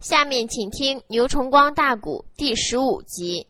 下面请听牛崇光大鼓第15集。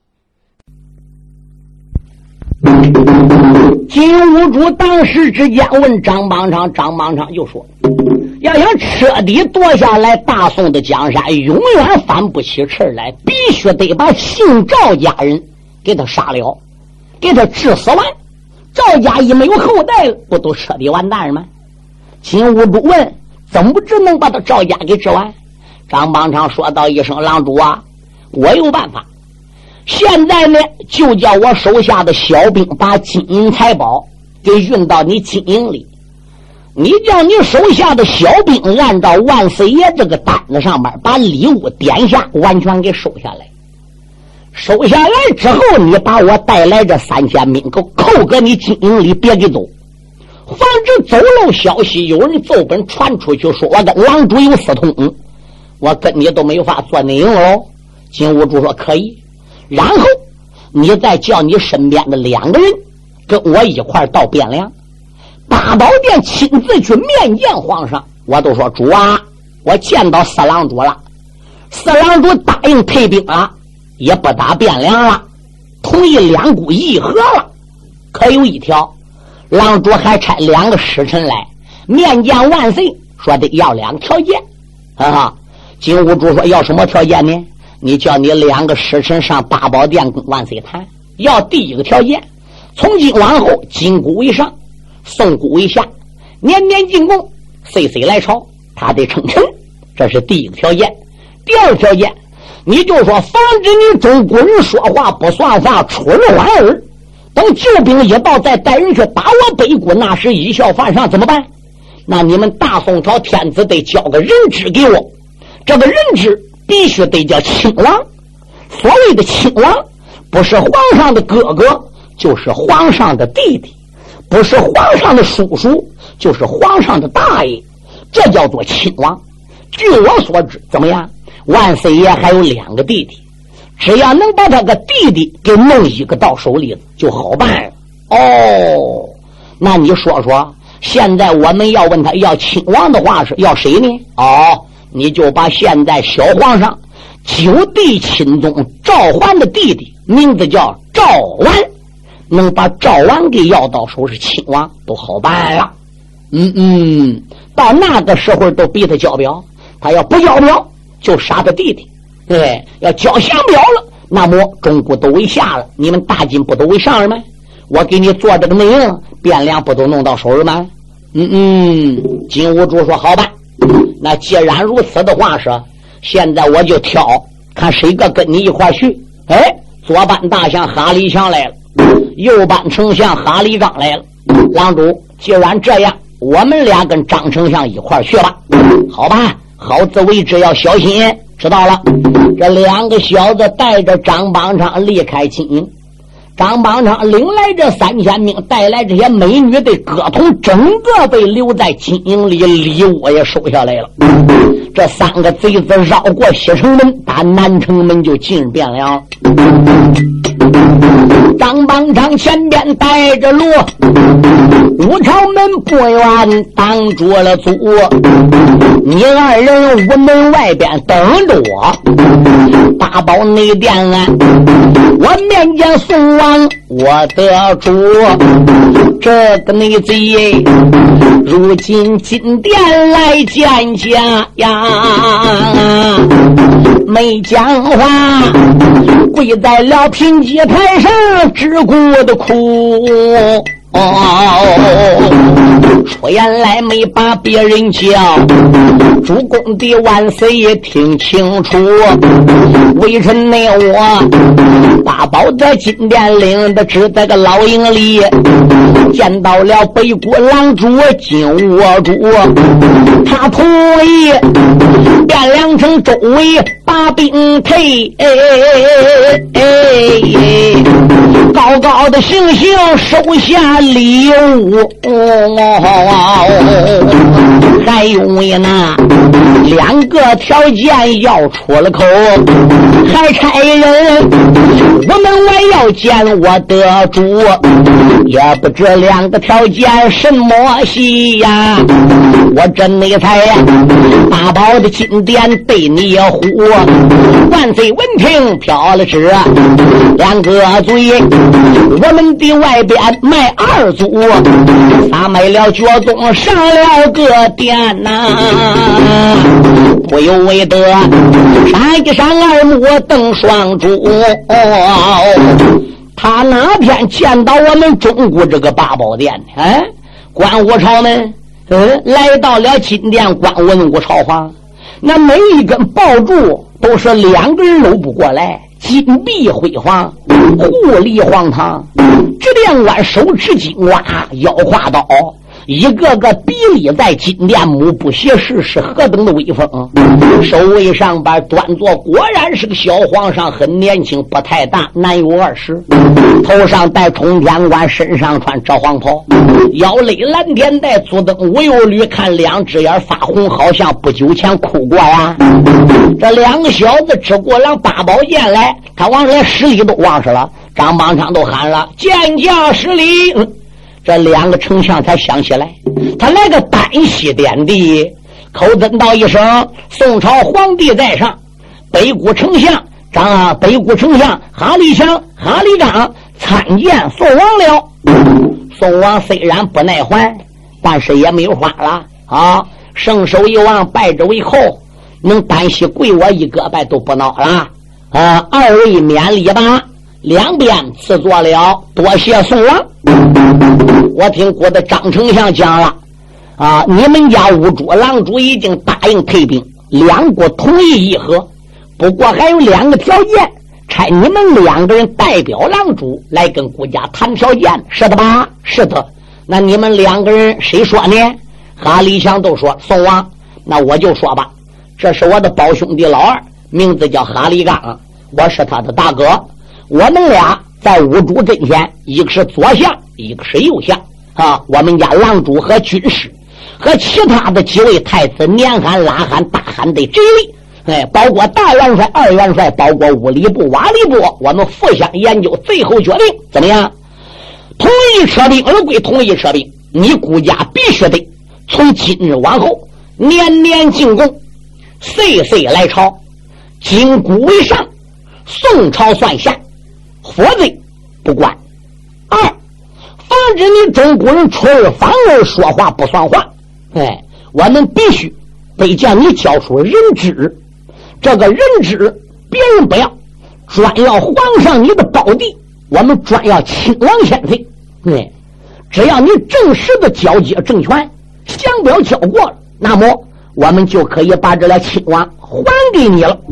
金兀术当时之间问张邦昌，张邦昌就说：要想彻底夺下来大宋的江山，永远翻不起翅来，必须得把姓赵家人给他杀了，给他治死完。赵家一没有后代了，不都彻底完蛋了吗？金兀术问：怎么只能把他赵家给治完？张邦昌说道一声：郎主啊，我有办法。现在呢，就叫我手下的小兵把金银财宝给运到你金营里，你叫你手下的小兵按照万岁爷这个单子上面把礼物点下，完全给收下来。收下来之后，你把我带来这3000兵给扣搁你金营里，别给走。防止走漏消息，有人奏本传出去说我跟郎主有私通，我跟你都没有法做内应喽。金兀术说可以，然后你再叫你身边的2个人跟我一块到汴梁大宝殿，亲自去面见皇上。我都说主啊，我见到四郎主了，四郎主答应退兵了，也不打汴梁了，同意2股议和了。可有一条，郎主还差2个使臣来面见万岁，说得要2个条件啊。金兀术说要什么条件呢？你叫你2个使臣上大宝殿跟万岁谈。要第1个条件，从今往后金鼓为上，宋鼓为下，年年进贡，岁岁来朝，他得称臣，这是第1个条件。第2个条件，你就说防止你中国人说话不算话，出尔反尔，等救兵一到再带人去打我北国，那时贻笑犯上怎么办？那你们大宋朝天子得交个人质给我，这个人质必须得叫亲王。所谓的亲王，不是皇上的哥哥，就是皇上的弟弟，不是皇上的叔叔，就是皇上的大爷，这叫做亲王。据我所知，怎么样？万岁爷还有2个弟弟，只要能把他个弟弟给弄1个到手里就好办了。哦，那你说说，现在我们要问他要亲王的话是要谁呢？哦，你就把现在小皇上9弟亲宗赵桓的弟弟，名字叫赵完，能把赵完给要到手是亲王，都好办了。到那个时候都逼他交表，他要不交表就杀他弟弟。对，要交降表了，那么中国都为下了，你们大金不都为上了吗？我给你做这个内应，汴梁不都弄到手了吗？金兀术说好办。那既然如此的话是，现在我就挑看谁个跟你一块去。左班大将哈里强来了，右班丞相哈里章来了。郎主，既然这样，我们俩跟张丞相一块去吧。好吧，好自为之，要小心。知道了。这2个小子带着张邦昌离开金营，张邦昌领来这3000兵，带来这些美女的歌童，整个被留在金营里，礼物也收下来了。这3个贼子绕过西城门，打南城门就进汴梁了。张邦昌前边带着路，武朝门不远挡住了阻，你2人屋门外边等着我。大宝内殿啊，我面见宋王我的主，这个内贼如今进殿来见家呀，没讲话，跪在了平基台上只顾的哭。出言来没把别人叫，主公的万岁也听清楚，微臣内我大宝在金殿领的只在个老营里，见到了北国郎主金兀术，他同意汴梁城周围把兵退，高高的行刑收下礼物，还有那 2个条件要出了口，还差人屋门外要见我的主，也不知2个条件什么戏呀，我这内才八宝的金殿对你呼，万岁闻听飘了纸，2个嘴，我们的外边卖2组，他卖了脚宗上了个殿呐，不由为得山一山2目瞪双珠，他哪天见到我们中国这个八宝殿呢？关武朝门来到了金殿观文武朝皇，那每一根宝柱都是2个人搂不过来，金碧辉煌，护立荒唐，直殿官手持金瓜，腰挎刀，一个个比例在金殿目不斜视，是何等的威风。守卫上边端坐果然是个小皇上，很年轻，不太大，男有20，头上戴冲天冠，身上穿遮黄袍，腰勒蓝天带，左蹬无忧履，看2只眼发红，好像不久前哭过呀。这2个小子只过了八宝殿来，他往来施礼都忘失了，张邦昌都喊了见驾施礼，这2个丞相才想起来，他来个单膝点地，口尊道一声宋朝皇帝在上，北谷丞相哈立强、哈立刚参见宋王了。宋王虽然不耐烦，但是也没有话了啊！圣手一望，拜之为后，能单膝跪我一个拜都不恼了！2位免礼吧，2边赐座了，多谢宋王。我听过的张丞相讲了你们家五主郎主已经答应退兵，2国同意议和，不过还有2个条件，差你们2个人代表郎主来跟国家谈条件，是的吧？是的。那你们2个人谁说呢？哈立强都说宋王，那我就说吧，这是我的胞兄弟老2，名字叫哈立刚，我是他的大哥，我们俩在五主阵前，一个是左相，一个是右相我们家郎主和军师和其他的几位太子年喊拉喊大喊的这位包括大元帅、2元帅，包括五礼部、瓦礼部，我们互相研究，最后决定怎么样？同意撤兵而归，同意撤兵，你顾家必须得从今日往后年年进贡，岁岁来朝，金谷为上，宋朝算下，否则不管。2，防止你中国人出尔反尔，说话不算话。我们必须得叫你交出人质，这个人质别人不要，专要皇上你的宝地，我们专要亲王先生。只要你正式的交接政权，想不要交过了，那么我们就可以把这俩亲王还给你了。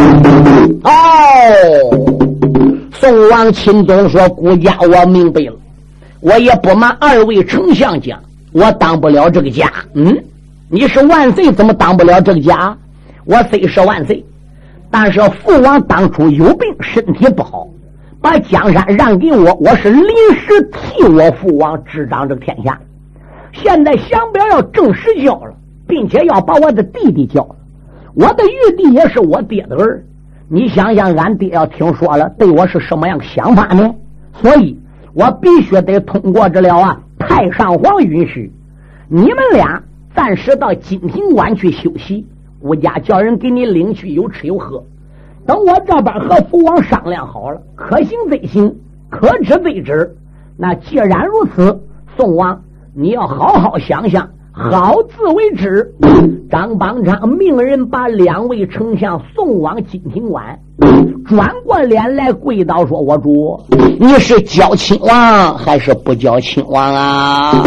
宋王钦宗说：“顾家，我明白了，我也不瞒2位丞相讲，我当不了这个家。你是万岁，怎么当不了这个家？我虽是万岁，但是父王当初有病，身体不好，把江山让给我，我是临时替我父王执掌这个天下。现在想不要正式交了，并且要把我的弟弟交了，我的玉帝也是我爹的儿。你想想，俺爹要听说了，对我是什么样想法呢？所以我必须得通过这了太上皇允许，你们俩暂时到金庭馆去休息，我家叫人给你领去有吃有喝。等我这边和父王商量好了，可行则行，可止则止。那既然如此，宋王你要好好想想，好自为之。张邦昌命人把2位丞相送往金庭馆，转过脸来跪倒说：“我主，你是交亲王还是不交亲王啊？”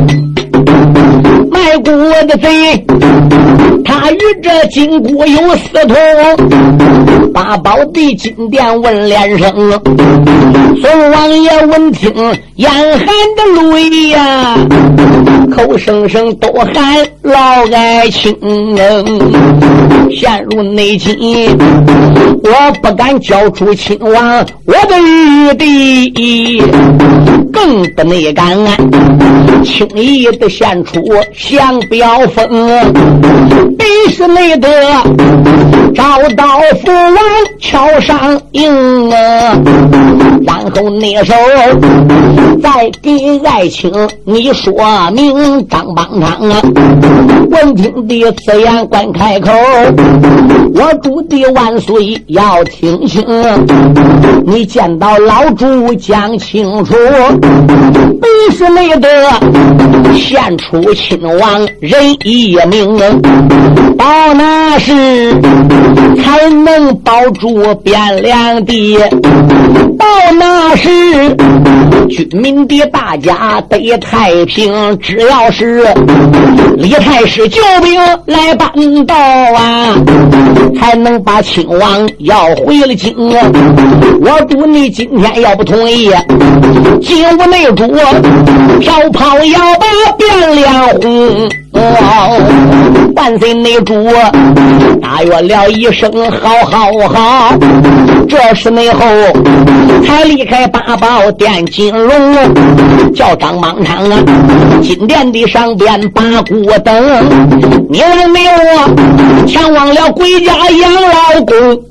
卖国的贼，他与这金国有私通，八宝地金殿问连声。宋王爷闻听，眼含着泪呀，口声声都喊老爱卿，陷入内急， 我不敢交出亲王我的玉帝，更不内敢轻易的献出降表封，必须内得找到父王桥上应然后那时候再给爱卿你说明。张邦昌闻听的此言官开口，我主的万岁要听清，你见到老主讲清楚，必须内得献出亲王人一名，到那时才能保住汴梁地，到那时军民的大家得太平，只要是李太师救兵来办到啊，才能把亲王要回了京。我主你今天要不同意，进屋内主飘跑要把汴梁轰。万岁内主大约了一声好好好，这时内后才离开八宝殿金龙，叫张邦昌啊，金殿的上边把鼓等，你问没我强忘了归家养老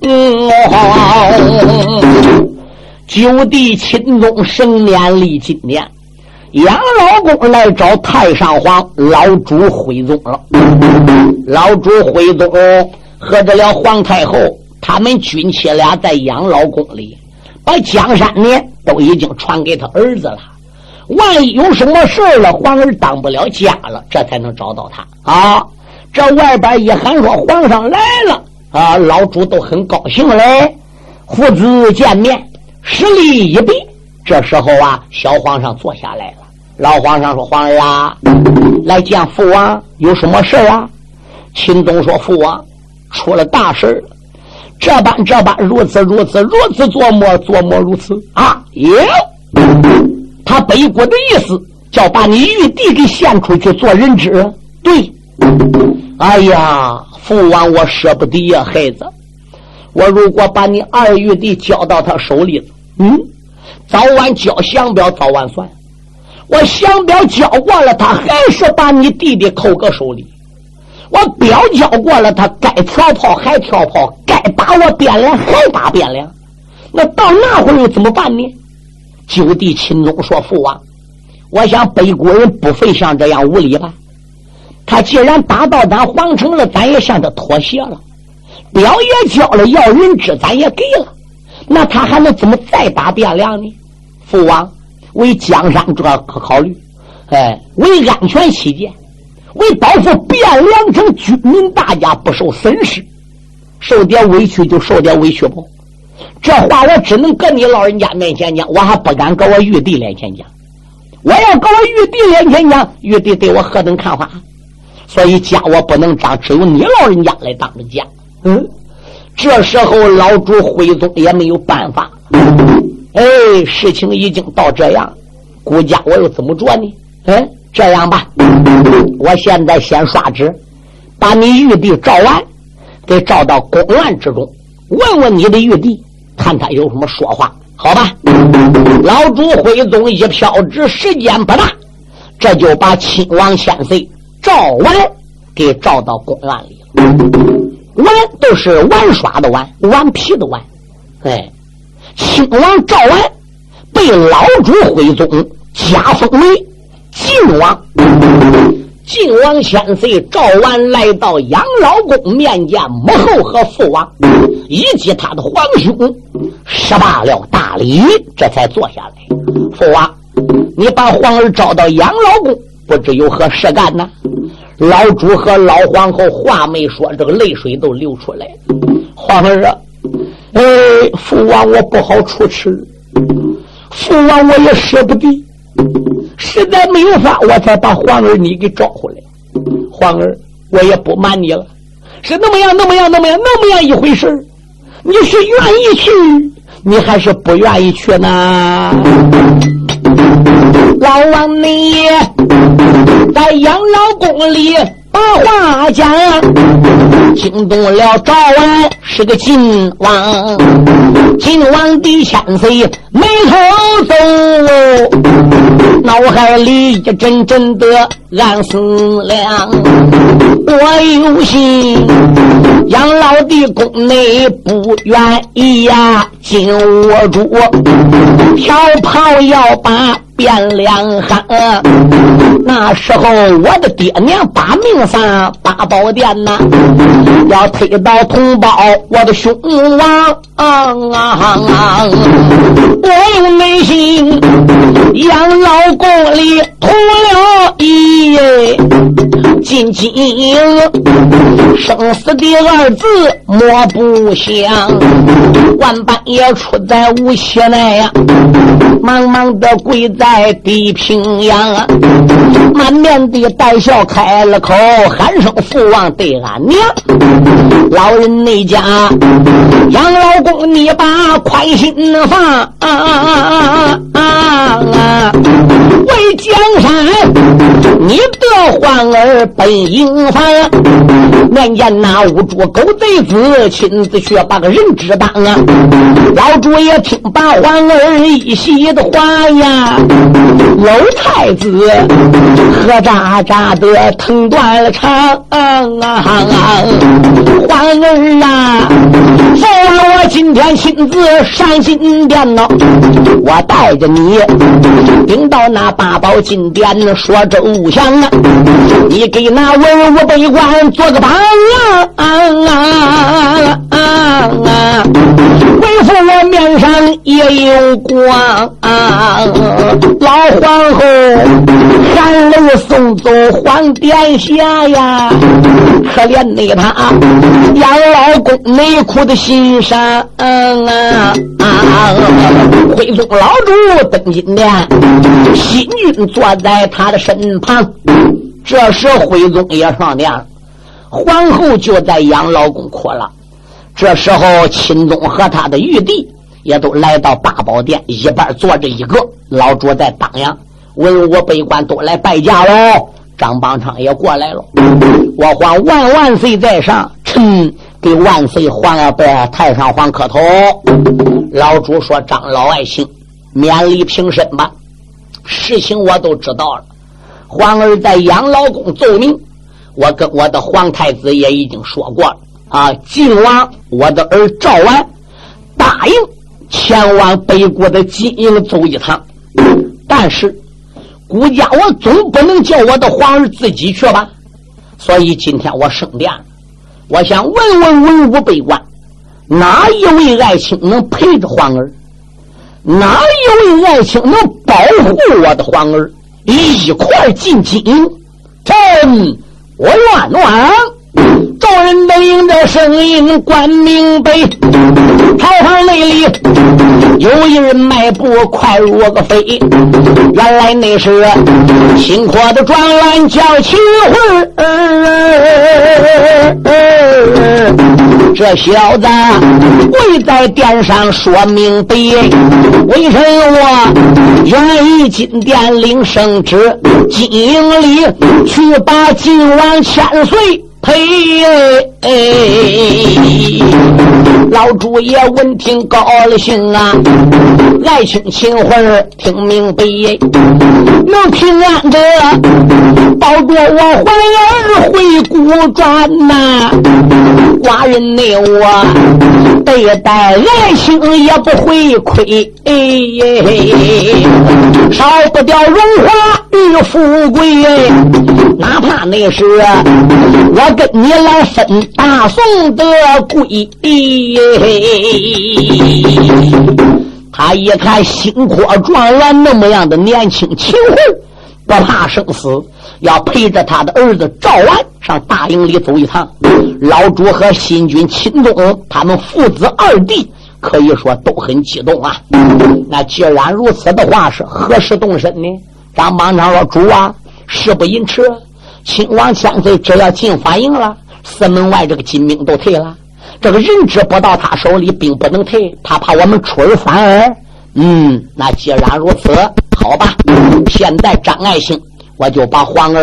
公。九弟钦宗生年历今年，杨老公来找太上皇老主徽宗了。老主徽宗和这了皇太后，他们军妻俩在杨老宫里把江山呢都已经传给他儿子了，万一有什么事了，皇儿当不了家了，这才能找到他啊。这外边一喊说皇上来了啊，老主都很高兴嘞，父子见面施礼一别。这时候啊，小皇上坐下来了。老皇上说：“皇儿啊，来见父王，有什么事啊？”钦宗说：“父王出了大事了，这般如此琢磨如此啊！哟，他北国的意思叫把你玉帝给献出去做人质。对，哎呀，父王我舍不得呀，孩子，我如果把你二玉帝交到他手里了，早晚交降表早晚算。我降表交过了，他还是把你弟弟扣个手里。我表交过了，他该调炮还调炮，该打我汴梁还打汴梁。那到那会儿又怎么办呢？九弟钦宗说：“父王，我想北国人不会像这样无礼吧？他既然打到咱皇城了，咱也向他妥协了，表也交了，要人质咱也给了，那他还能怎么再打汴梁呢？父王，为江山这可考虑，为安全起见，为保护汴梁城军民大家不受损失，受点委屈就受点委屈吧。这话我只能搁你老人家面前讲，我还不敢搁我玉帝面前讲。我要搁我玉帝面前讲，玉帝对我何等看法？所以家我不能长，只有你老人家来当着家。这时候老主徽宗也没有办法。事情已经到这样，顾家我又怎么做呢？这样吧，我现在先刷旨，把你玉帝召完，给召到宫院之中，问问你的玉帝，看他有什么说话，好吧？老主徽宗一飘旨，时间不大，这就把亲王千岁召完给召到宫院里了。玩都是玩耍的玩，顽皮的玩。亲王赵完被老主徽宗加封为晋王。晋王千岁赵完来到养老宫面见母后和父王以及他的皇兄，施罢了大礼，这才坐下来。父王，你把皇儿召到养老宫，不知有何事干呢？老主和老皇后话没说，这个泪水都流出来了。皇儿啊，父王我不好出齿，父王我也舍不得，实在没有法，我才把皇儿你给召回来。皇儿，我也不瞒你了，是那么样一回事，你是愿意去，你还是不愿意去呢？老王你在养老宫里把把话讲，惊动了赵安是个晋王，晋王的千岁没头走，脑海里一阵阵的暗思量，我有心养老的宫内不愿意呀，紧握住条袍要把汴梁汉，那时候我的爹娘把命丧八宝殿呐，要推到同胞我的兄王我用内心养老宫里图了一夜，仅仅生死的二字莫不想，万般也出在无邪内呀，茫茫的跪在地平洋，满面的带笑开了口，喊声父王对俺娘，老人那家养老宫你把宽心放为江山你的皇儿本营房，面见那无主狗贼子亲自去把个人质当啊，老主也听把皇儿一席的话呀，老太子喝渣渣的疼断了肠皇儿啊，我今天亲自上金殿了，我带着你领到那八宝金殿说周详啊，你给那文武百官做个榜恢复我面上也有光老皇后含泪送走皇殿下呀，可怜那他养老宫内哭的心伤徽宗老主登金殿，新君坐在他的身旁，这时徽宗也上殿了，皇后就在养老宫哭了。这时候钦宗和他的玉帝也都来到八宝殿，一边坐着一个，老主在当阳，文武百官都来拜驾喽。张邦昌也过来了，我皇万万岁在上，臣给万岁皇儿拜太上皇磕头。老主说，张老爱卿勉励平身吧，事情我都知道了，皇儿在养老宫奏明，我跟我的皇太子也已经说过了啊，晋王我的儿赵完答应前往北国的金营走一趟，但是顾家我总不能叫我的皇儿自己去吧，所以今天我升殿了，我想问问文武百官，哪一位爱卿能陪着皇儿，哪一位爱卿能保护我的皇儿一块进京？朕我愿望。众人都应着声音关明白，朝堂内里有一人迈步快如个飞，原来那是新科的状元叫秦桧这小子跪在殿上说明白，为什么愿意进殿领圣旨，金营里去把晋王千岁嘿，老主也闻听高了兴啊，爱卿秦桧听明白，能平安着保着我怀儿回古转呐，寡人内我对待爱卿也不会亏，少不掉荣华与富贵，哪怕那是我跟你来分大宋的贵。他一看新科状元那么样的年轻秦桧，不怕生死，要陪着他的儿子赵完上大营里走一趟。老主和新君秦宗他们父子二弟可以说都很激动啊。那既然如此的话，是何时动身呢？张邦昌说，主啊，事不宜迟，亲王千岁只要进法营了，四门外这个金兵都退了，这个人质不到他手里，兵不能退，他怕我们出尔反尔。那既然如此，好吧，现在张爱卿我就把皇儿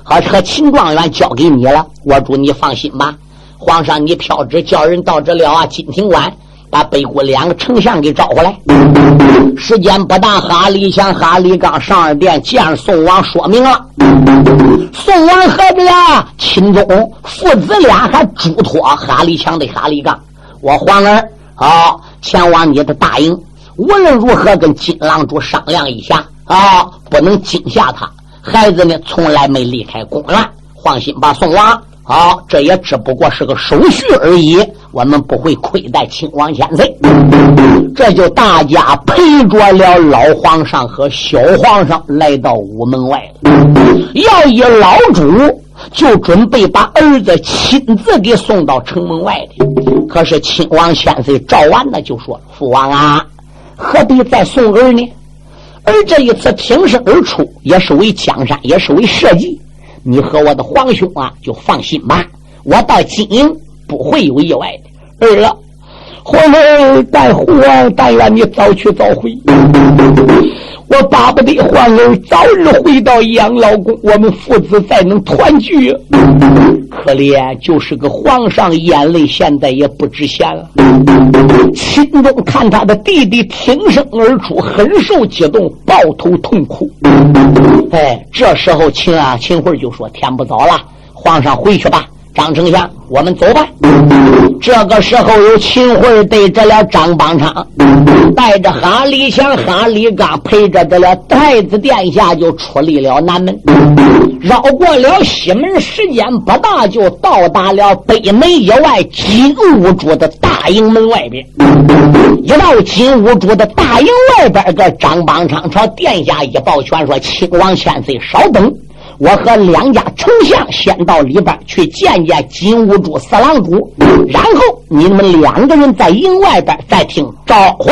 和秦状元交给你了，我主你放心吧。皇上你飘旨叫人到这了啊，金庭馆把北国2个丞相给找回来。时间不大，哈里强、哈里刚上了殿，见宋王说明了。宋王和这呀秦宗父子俩还嘱托哈里强的哈里刚，我皇儿前往你的大营，无论如何跟金郎主商量一下不能惊吓他。孩子呢从来没离开宫院，放心吧，宋王。这也只不过是个手续而已，我们不会亏待亲王千岁。这就大家陪着了老皇上和小皇上来到午门外了。要以老主就准备把儿子亲自给送到城门外的，可是亲王千岁赵完呢就说：父王啊，何必再送儿呢？而这一次挺身而出，也是为江山，也是为社稷。你和我的皇兄啊，就放心吧，我到金营不会有意外的。儿啊，皇儿但愿你早去早回，我巴不得皇儿早日回到养老宫，我们父子再能团聚。可怜就是个皇上，眼泪现在也不知闲了。心中看他的弟弟挺身而出，很受激动，抱头痛哭。这时候秦桧就说：天不早了，皇上回去吧，张丞相我们走吧。这个时候有秦桧对着了张邦昌，带着哈里强、哈里刚，陪着这了太子殿下就出离了南门，绕过了西门，时间不大就到达了北门以外金兀术的大营门外边。一到金兀术的大营外边，个张邦昌朝殿下一抱拳说：亲王千岁稍等，我和2家丞相先到里边去见见金兀术四郎主，然后你们2个人在营外边再听招呼。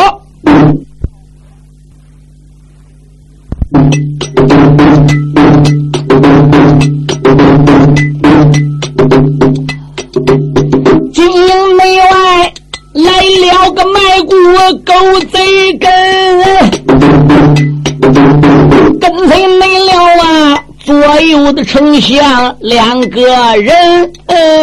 金营内外来了个卖国狗贼跟随没了啊，左右的丞相2个人。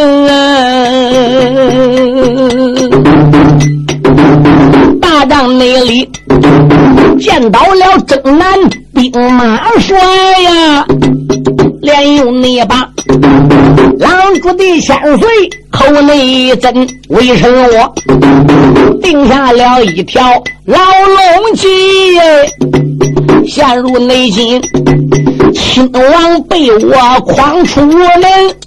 大帐内里见到了征南兵马帅呀，连用那把郎主的千岁口内针，为什我定下了一条牢笼计，陷入内心，亲王被我诓出门。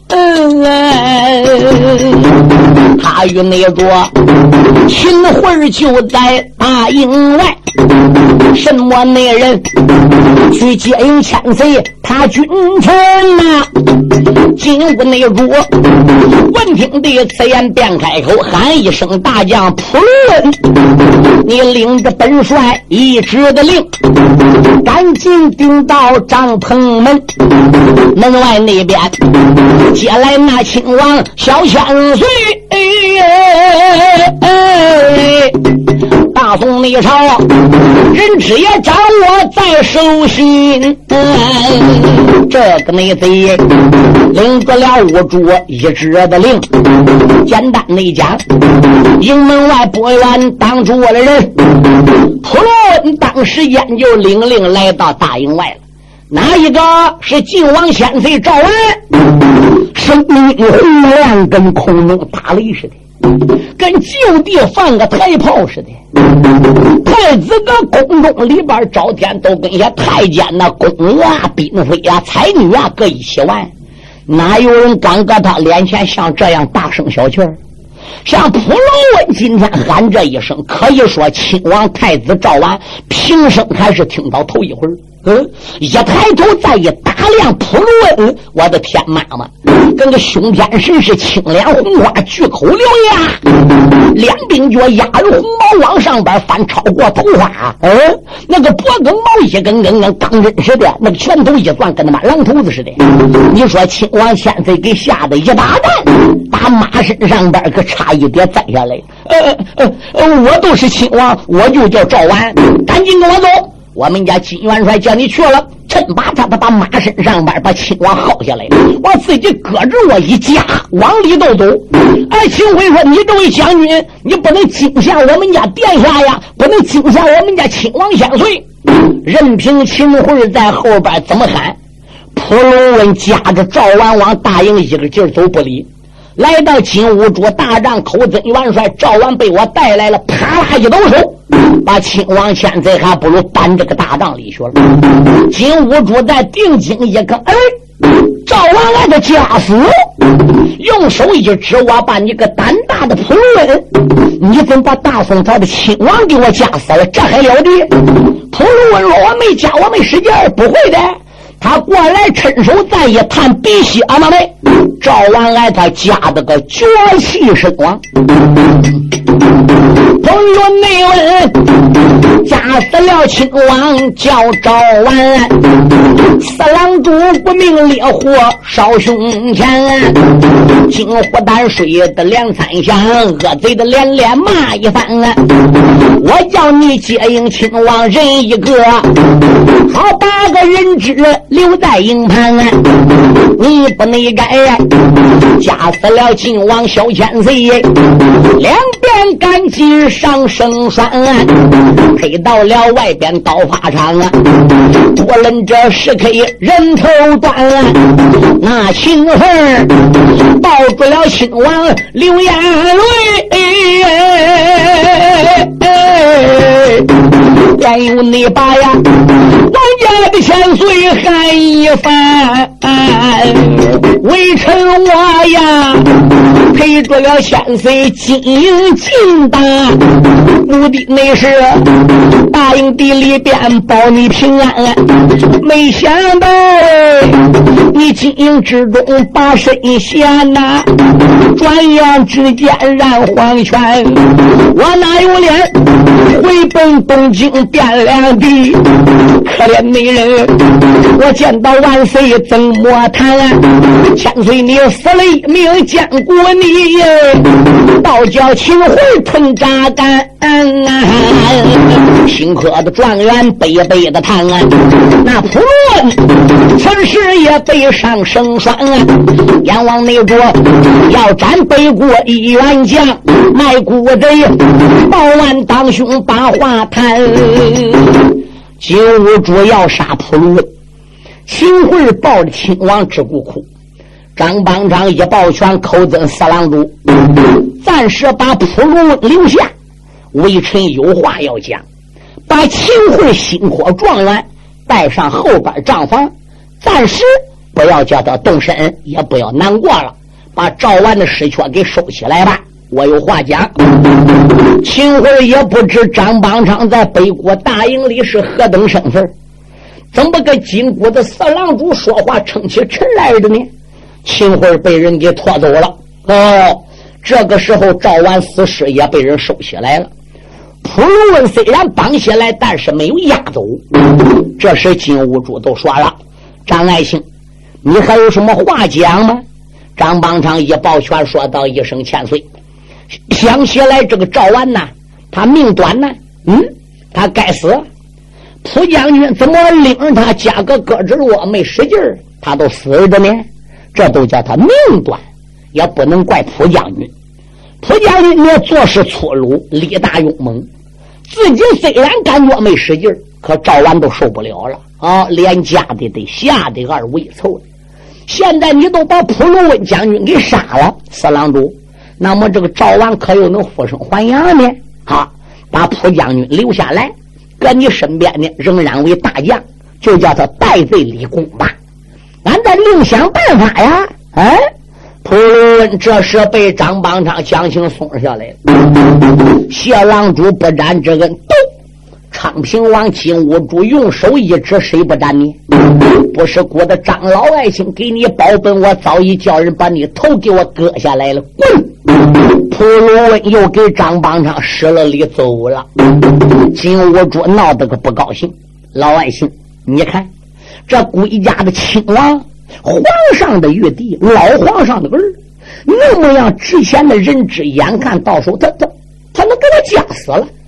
他与那个秦桧就在大营外，什么那人去接应千岁他君臣呐？金兀内主闻听的此言，便开口喊一声：大将普论，你领着本帅一旨的令，赶紧顶到帐篷门门外那边，接来那亲王小千岁。大宋内朝人质也掌握在手心，这个内贼领着了兀术一旨的令，简单内讲，营门外不远当主我的人普论当时间就领令来到大营外了。哪一个是晋王千岁赵完？生命洪亮，跟空中打雷似的，跟就地放个台炮似的。太子的宫中里边朝天都跟下太监呐、宫娥啊、嫔妃啊、才女啊各一起玩，哪有人敢搁他脸前像这样大声小气儿？像普罗温今天喊这一声，可以说亲王太子赵完平生还是听到头一回。一抬头再一打量普罗温，我的天妈妈，跟个凶天神是青脸红花巨口獠牙，两鬓角压着红毛往上边翻超过头发，那个脖梗毛一根根跟钢针似的，那个拳头一攥跟他妈榔头子似的。你说亲王千岁给吓得一打蛋，打马身上边可差一点栽下来。我都是亲王，我就叫赵完，赶紧跟我走。 我们家金元帅叫你去了，趁把把马身上边把亲王薅下来，我自己搁着我一夹往里头走。哎，秦桧说：“你这位将军，你不能惊吓我们家殿下呀，不能惊吓我们家亲王相随。”任凭秦桧在后边怎么喊，蒲龙文夹着赵完往大营一个劲儿走不理。来到金兀术大帐口，曾元帅赵完被我带来了，啪啦一抖手，把亲王千岁还不如搬这个大帐里去了。金兀术在定睛一看，哎，赵完来的家死，用手一指，我把你个胆大的蒲龙文，你怎么把大宋朝的亲王给我夹死了？这还了得？蒲龙文说：“我没夹，我没使劲，不会的。”他过来伸手再一探鼻息，阿妈妹，赵完来他夹的个绝气身亡。朋友内问，夹死了亲王叫赵完，四郎主不明烈火烧胸前，金火丹水的两三响，恶贼的连连骂一番。我叫你接应亲王人一个，好把个人质留在营盘，你不内该夹死了晋王小千岁，两边赶紧上绳栓，推到了外边刀法场，多人这是可以人头断，那秦桧抱住了亲王流眼泪，便有你把呀王家的千岁喊一番，微臣我呀陪着了千岁金营进大，目的那是大营地里边保你平安，没想到你金营之中把身下呐，转眼之间染黄泉，我哪有脸回奔东京汴梁地？可怜美人，我见到万岁怎么谈？千岁你死了一命，见过你倒叫秦桧吞榨干，顷刻的状元悲悲的叹，那普罗此时也悲伤生栓，阎王内着要斩北国一员将，卖国贼报案当兄把话谈。金兀术要杀普罗，秦桧抱着亲王之故哭，张邦昌一抱拳口赠四郎主，暂时把普罗留下，微臣有话要讲，把秦桧新科状元带上后边帐房，暂时不要叫他动身，也不要难过了，把赵完的尸缺给收起来吧。我有话讲。秦桧也不知张邦昌在北国大营里是何等身份，怎么跟金国的四郎主说话撑起尘来的呢？秦桧被人给拖走了。这个时候赵完死尸也被人收起来了。普鲁文虽然绑起来，但是没有押走。这时金兀术都说了：“张爱卿，你还有什么话讲吗？”张邦昌一抱拳说道一声：“千岁。”想起来这个赵完呐，他命短呐，他该死。蒲将军怎么领着他加个胳肢窝没使劲儿，他都死着呢？这都叫他命短，也不能怪蒲将军。蒲将军也做事粗鲁，力大勇猛，自己虽然感觉没使劲儿，可赵完都受不了了啊，连家的得吓得二尾凑了。现在你都把蒲鲁温将军给杀了，四郎主，那么这个赵完可又能复生还阳呢？把蒲将军留下来，搁你身边呢，仍然为大将，就叫他戴罪立功吧。俺再另想办法呀！蒲鲁温这时被张邦昌强行送下来了。谢郎主不斩之恩，昌平王金兀术用手一指，谁不斩你？不是国的张老爱卿给你保本，我早已叫人把你头给我割下来了。滚！蒲鲁温又给张邦昌施了礼走了。金兀术闹得个不高兴，老爱卿，你看这归家的亲王，皇上的玉帝，老皇上的儿，那么样值钱的人质，眼看到手他能给我夹死了，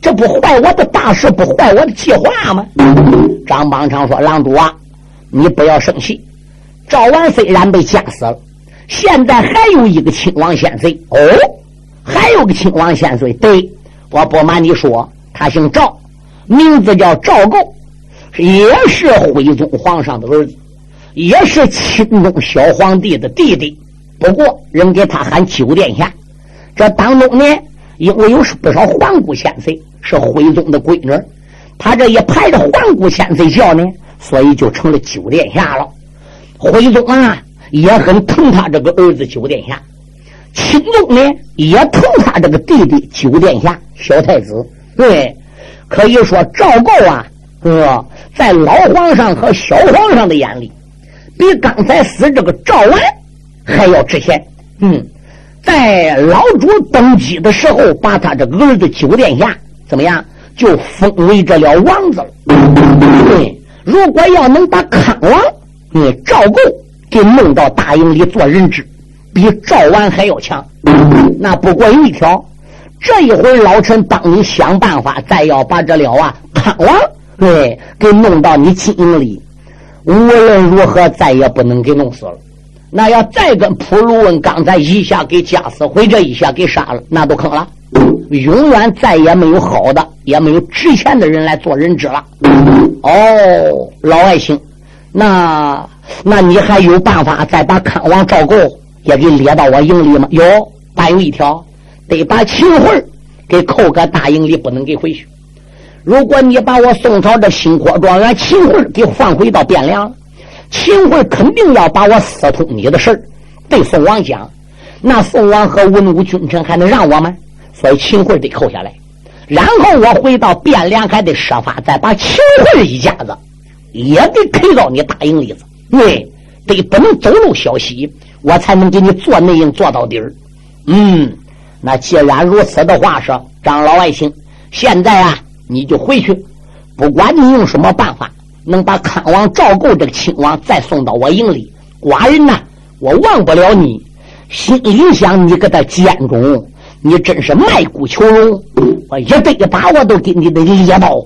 这不坏我的大事，不坏我的计划吗？张邦昌说：“郎主啊，你不要生气。赵完虽然被夹死了，现在还有一个亲王先岁。哦，还有个亲王先岁。对，我不瞒你说，他姓赵，名字叫赵构，也是徽宗皇上的儿子，也是钦宗小皇帝的弟弟。不过人给他喊九殿下。这当中呢，因为有不少皇姑千岁是徽宗的闺女，他这一排着皇姑千岁叫呢，所以就成了九殿下了。徽宗啊也很疼他这个儿子九殿下，钦宗呢也疼他这个弟弟九殿下小太子。对，可以说赵构啊，在老皇上和小皇上的眼里，比刚才死这个赵完还要值钱。在老主登基的时候，把他这个儿子九殿下怎么样，就封为这了王子了。对，如果要能把康王赵构给弄到大营里做人质，比赵完还要强。那不过有一条，这一会儿老臣帮你想办法，再要把这了康王给弄到你金营里，无论如何再也不能给弄死了。那要再跟普鲁文刚才一下给夹死，或者一下给杀了，那都坑了，永远再也没有好的，也没有值钱的人来做人质了。哦，老爱卿，那你还有办法再把康王赵构也给列到我营里吗？有，但有一条，得把秦桧给扣个大营里，不能给回去。如果你把我宋朝这新国状元秦桧给放回到汴梁，秦桧肯定要把我私通你的事儿对宋王讲，那宋王和文武君臣还能让我吗？所以秦桧得扣下来，然后我回到汴梁还得设法再把秦桧一家子也得推到你大营里子，得不能走漏消息，我才能给你做内应做到底儿。那既然如此的话，说张老爱卿，现在啊你就回去，不管你用什么办法能把康王赵构这个亲王再送到我营里，寡人呢我忘不了你，心里想你给他监中，你真是卖骨求荣，我一对把我都给你的猎到。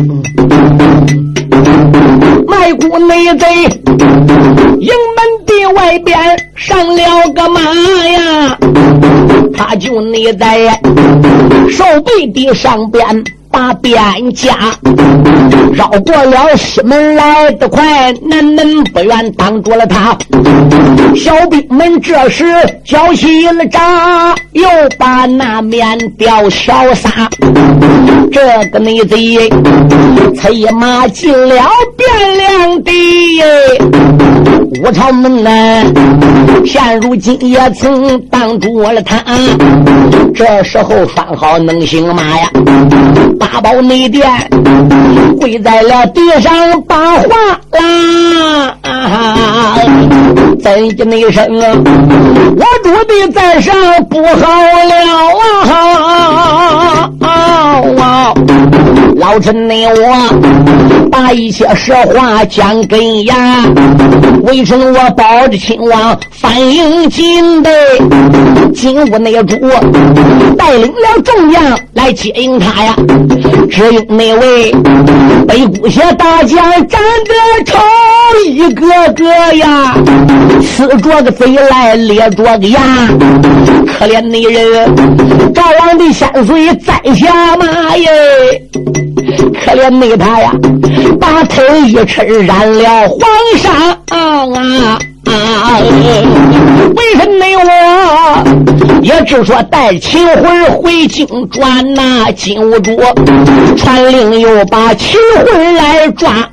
卖骨内贼营门的外边上了个马呀，他就内在手背的上边把边家绕过了西门来得快，南门不远挡住了他。小兵们这时交起了闸，又把那面吊潇洒。这个内贼催马进了汴梁地，武朝门呢现如今也曾挡住了他。这时候拴好能行马呀，八宝内殿跪在了地上把话啦，怎的那声啊，我主的在上不好了啊！老臣呢我把一切实话讲给呀，为臣我保着亲王反应进的，金屋内主带领了众将来接应他呀，只有那位北姑些大将站着头一个个呀，呲着个嘴来咧着个牙，可怜那人赵王的千岁在下马耶，可怜那他呀把头一抻染了黄沙为什么我也只说带秦桧回京转呐，金兀术传令又把秦桧来抓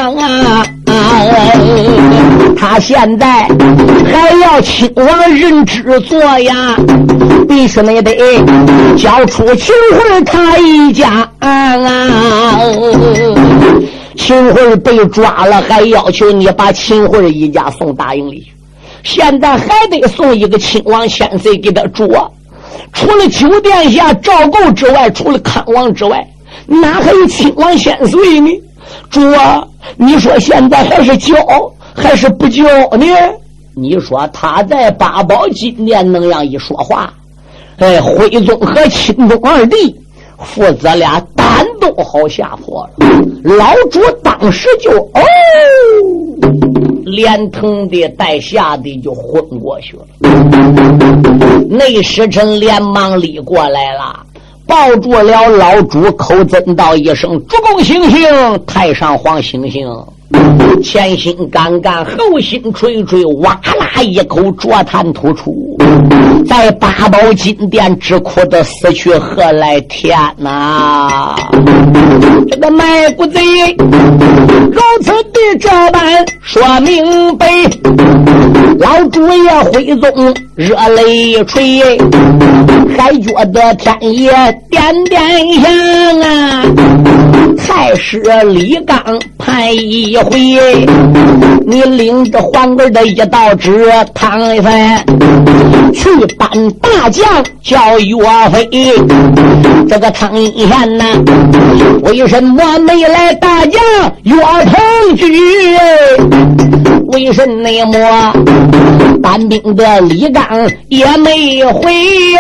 他现在还要亲王人质做呀，必须得交出秦桧他一家秦桧被抓了，还要求你把秦桧一家送大营里去，现在还得送一个亲王千岁给他捉。除了九殿下赵构之外，除了康王之外，哪还有亲王千岁呢？主啊，你说现在还是交还是不交呢？你说他在八宝金殿那样一说话，徽宗和钦宗二帝父子俩胆都好吓破了。老主当时就连疼的带吓的就昏过去了。内侍臣连忙立过来了，抱住了老主，口尊道一声：主公醒醒，太上皇醒醒。前心干干，后心垂垂，哇啦一口浊痰吐出，在八宝金殿之苦的死去何来天哪！这个卖国贼如此的这般说明白，老主也徽宗热泪垂，还觉得天爷点点香啊！太师李刚判一回，你领着皇儿的一道旨，唐一番去搬大将叫岳飞。这个唐一贤呐，为什么没来大将岳鹏举？为什么搬兵的李刚也没回？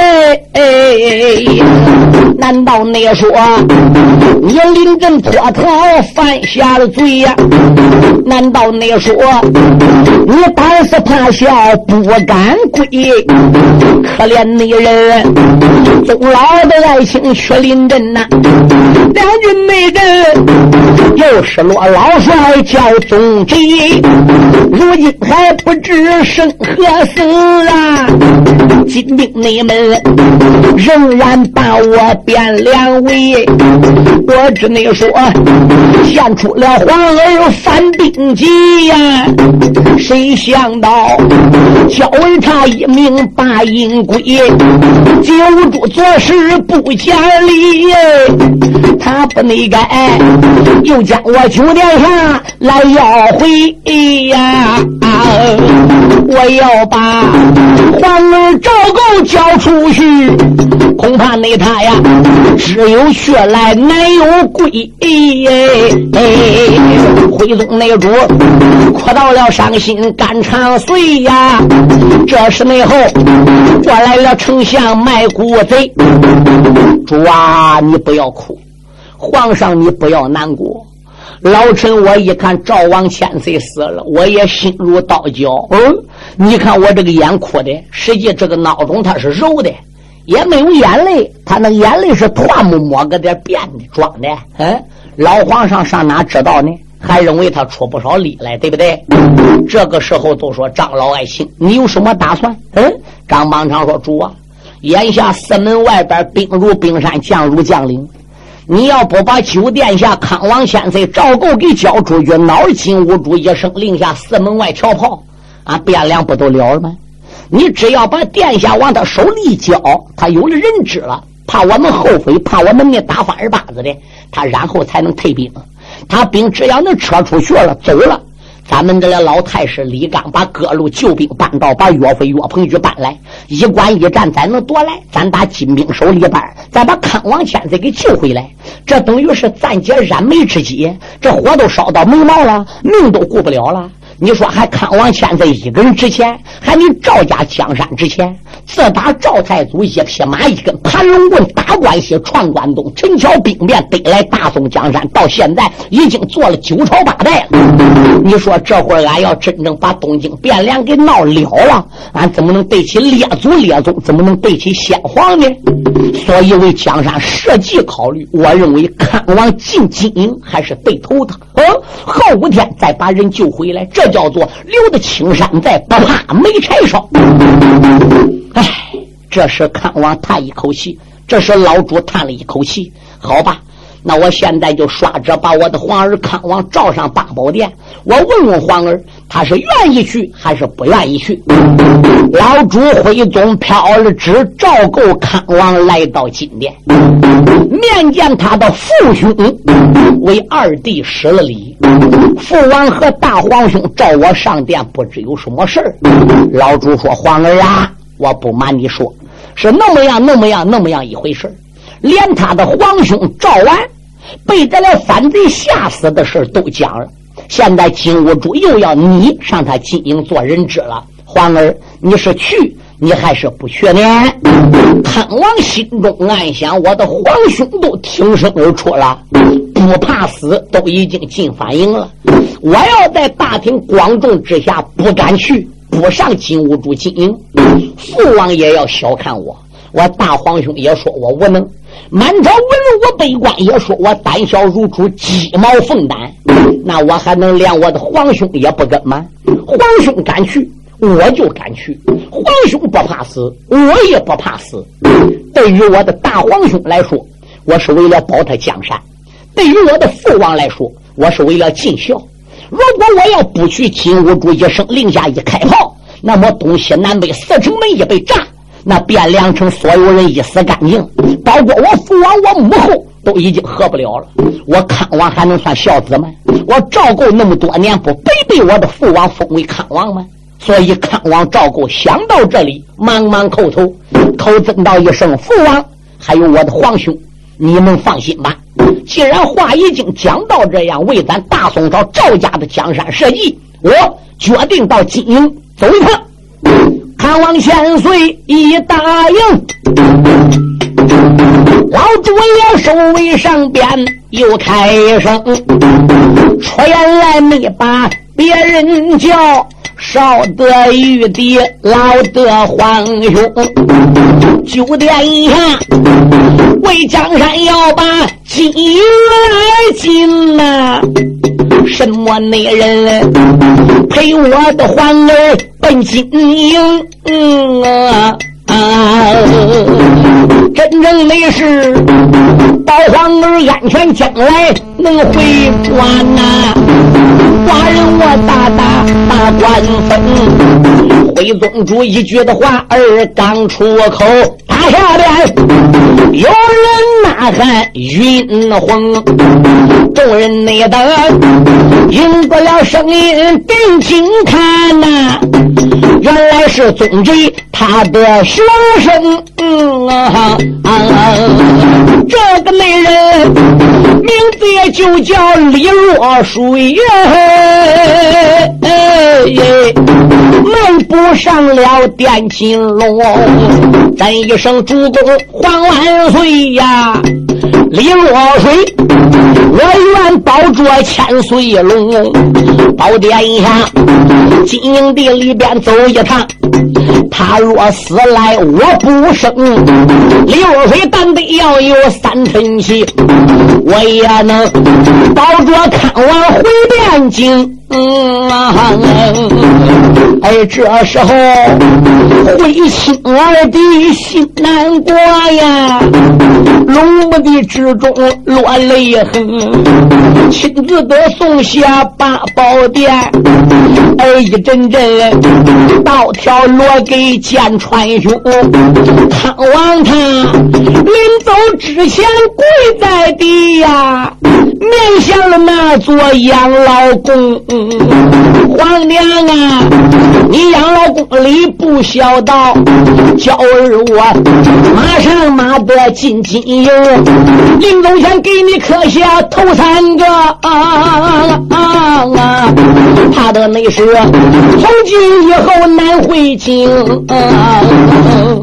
难道你说你临阵脱逃犯下了罪呀？难道你说你胆死怕笑不敢归？可怜你人宗老的爱情却临阵呐，两军内阵又失落老帅叫宗吉，如今还不知生何死啊！金兵你们仍然把我变两位，我只能说献出了皇儿反兵籍呀！谁想到教为他一名八阴鬼，九主做事不讲理，他不内改，又将我九殿下来要回呀！我要把皇儿赵构交出去，恐怕那他呀只有去来难有归。徽宗内主哭到了伤心肝肠碎呀！这时内后过来了丞相卖国贼，主啊，你不要哭，皇上你不要难过。老臣我一看赵王千岁死了，我也心如刀绞。你看我这个眼哭的，实际这个脑中它是柔的，也没有眼泪，他那眼泪是唾沫抹个点变的装的。老皇上上哪知道呢？还认为他出不少力来，对不对？这个时候都说张老爱卿，你有什么打算？张邦昌说：主啊，眼下四门外边兵如冰山，将如将领，你要不把九殿下康王千岁赵构给交出去，脑金兀术一声令下四门外调炮啊，汴梁不都了了吗？你只要把殿下往他手里交，他有了人质了，怕我们后悔，怕我们没打翻二把子的，他然后才能退兵。他兵只要能撤出去了，走了，咱们这个老太师李刚把各路救兵搬到，把岳飞岳鹏举搬来，一关一战咱能夺来，咱打金兵手里边，再把康王千岁给救回来，这等于是暂解燃眉之急。这火都烧到眉毛了，命都顾不了了，你说还康王千岁一个人值钱，还你赵家江山值钱？自打赵太祖一匹马一根盘龙棍打关西闯关东，陈桥兵变得来大宋江山，到现在已经做了9朝8代了。你说这会儿俺要真正把东京汴梁给闹了了，俺怎么能对起列祖列宗，怎么能对起先皇呢？所以为江山社稷考虑，我认为康王进金营还是对头的。后5天再把人救回来，这叫做留得青山在，不怕没柴烧。这时康王叹一口气，这时老主叹了一口气，好吧，那我现在就刷着把我的皇儿康王召上八宝殿，我问问皇儿，他是愿意去还是不愿意去。老主徽宗飘了旨，召构康王来到金殿，面见他的父兄，为二弟施了礼。父王和大皇兄召我上殿，不知有什么事儿。老主说：皇儿啊，我不瞒你说，是那么样一回事，连他的皇兄赵完被这来反贼吓死的事都讲了，现在金兀术又要你上他金营做人质了。皇儿，你是去你还是不去呢？康王心中暗想，我的皇兄都挺身而出了，不怕死，都已经进反营了。我要在大庭广众之下不敢去，不上金兀术金营，父王也要小看我。我大皇兄也说我无能，满朝文武百官也说我胆小如鼠，鸡毛凤胆，那我还能连我的皇兄也不跟吗？皇兄敢去，我就敢去。皇兄不怕死，我也不怕死。对于我的大皇兄来说，我是为了保他江山；对于我的父王来说，我是为了尽孝。如果我要不去，金兀术一声令下一开炮，那么东西南北四城门一被炸，那汴梁城所有人一死干净，包括我父王我母后都已经活不了了。我康王还能算孝子吗？我赵构那么多年不背被我的父王封为康王吗？所以康王赵构想到这里，忙忙叩头，口尊道一声父王，还有我的皇兄，你们放心吧。既然话已经讲到这样，为咱大宋朝赵家的江山社稷，我决定到金营走一趟。康王千岁一答应，老主也首尾上边又开声，出言来没把别人叫，少得玉帝老得皇兄，九殿一下为江山要把金营来进呐，什么内人陪我的皇儿奔金营真正的是保皇儿安全，将来能回关呐，寡人我大官封。徽宗主一句的话儿刚出口，打下边有人呐喊晕昏，众人内等应不了声音定睛看呐，原来是宗贼他的学生这个内人名字也就叫李若水迈步上了殿金龙，咱一声主公皇万岁呀，李若水我愿保着千岁龙，宝殿下金营地里边走一趟，他若死来我不生，李若水但得要有3分气，我也能保着看完回汴京这时候会亲儿的心难过呀，龙目的之中落泪痕，亲自的送下八宝殿，一阵阵刀条落给剑川兄，看望他临走之前跪在地呀，面向了那座养老宫，皇娘啊，你养老宫里不孝道，叫儿我马上马得进金营，临走前给你刻下头3个怕的那是从今以后难回京